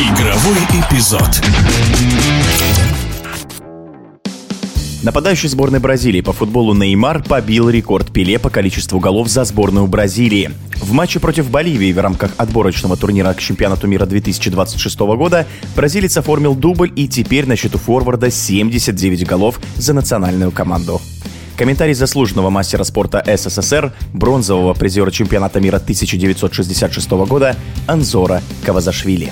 Игровой эпизод. Нападающий сборной Бразилии по футболу Неймар побил рекорд Пеле по количеству голов за сборную Бразилии. В матче против Боливии в рамках отборочного турнира к чемпионату мира 2026 года бразилец оформил дубль и теперь на счету форварда 79 голов за национальную команду. Комментарий заслуженного мастера спорта СССР, бронзового призера чемпионата мира 1966 года Анзора Кавазашвили.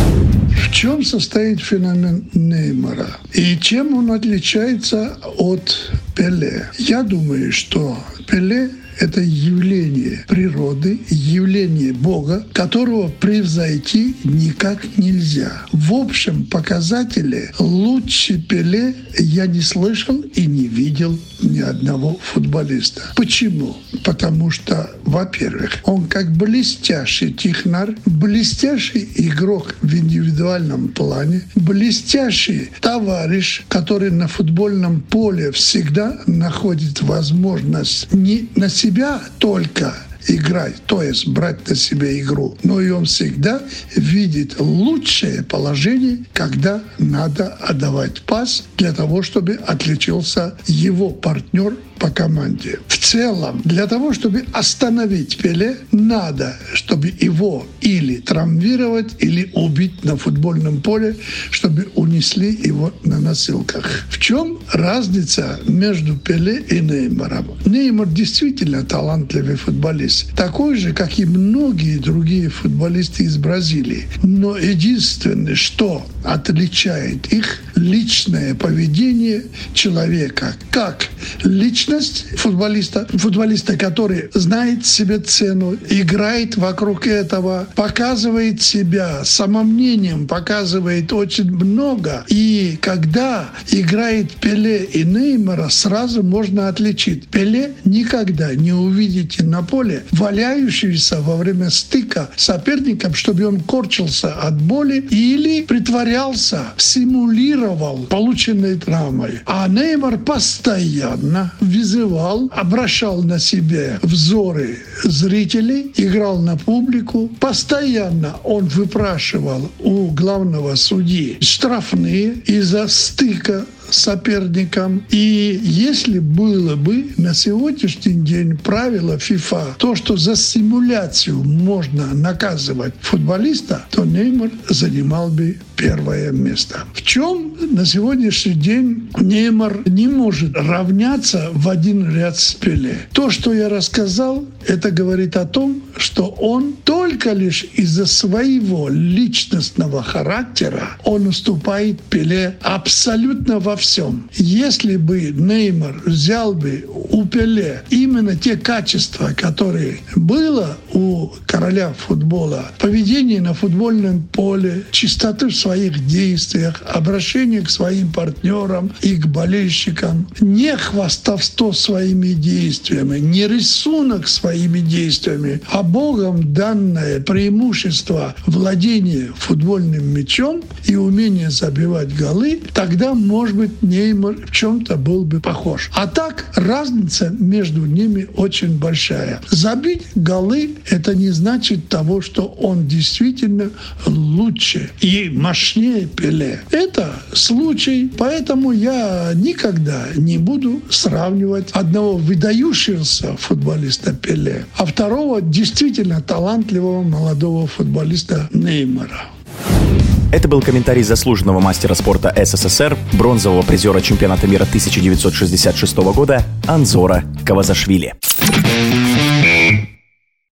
В чем состоит феномен Неймара? И чем он отличается от Пеле? Я думаю, что Пеле – это явление природы, явление Бога, которого превзойти никак нельзя. В общем показателе лучше Пеле я не слышал и не видел ни одного футболиста. Почему? Потому что, во-первых, он как блестящий технарь, блестящий игрок в индивидуальном плане, блестящий товарищ, который на футбольном поле всегда находит возможность не на себя только играть, то есть брать на себя игру. Но и он всегда видит лучшее положение, когда надо отдавать пас для того, чтобы отличился его партнер по команде. В целом, для того, чтобы остановить Пеле, надо, чтобы его или травмировать, или убить на футбольном поле, чтобы унесли его на носилках. В чем разница между Пеле и Неймаром? Неймар действительно талантливый футболист, такой же, как и многие другие футболисты из Бразилии. Но единственное, что отличает их, личное поведение человека. Как личность футболиста, который знает себе цену, играет вокруг этого, показывает себя, самомнением показывает очень много. И когда играет Пеле и Неймара, сразу можно отличить. Пеле никогда не увидите на поле валяющегося во время стыка соперником, чтобы он корчился от боли или притворялся, симулировал полученной травмой. А Неймар постоянно вызывал, обращал на себя взоры зрителей, играл на публику. Постоянно он выпрашивал у главного судьи штрафные из-за стыка соперникам. И если было бы на сегодняшний день правило FIFA, то, что за симуляцию можно наказывать футболиста, то Неймар занимал бы первое место. В чем на сегодняшний день Неймар не может равняться в один ряд с Пеле? То, что я рассказал, это говорит о том, что он только лишь из-за своего личностного характера он уступает Пеле абсолютно во всем. Если бы Неймар взял бы у Пеле именно те качества, которые было у короля футбола, поведение на футбольном поле, чистоты в своих действиях, обращение к своим партнерам и к болельщикам, не хвастовство своими действиями, не рисунок своими действиями, а Богом данное преимущество владения футбольным мячом и умение забивать голы, тогда, может быть, Неймар в чем-то был бы похож. А так разница между ними очень большая. Забить голы – это не значит того, что он действительно лучше и мощнее Пеле. Это случай, поэтому я никогда не буду сравнивать одного выдающегося футболиста Пеле, а второго действительно талантливого молодого футболиста Неймара. Это был комментарий заслуженного мастера спорта СССР, бронзового призера чемпионата мира 1966 года Анзора Кавазашвили.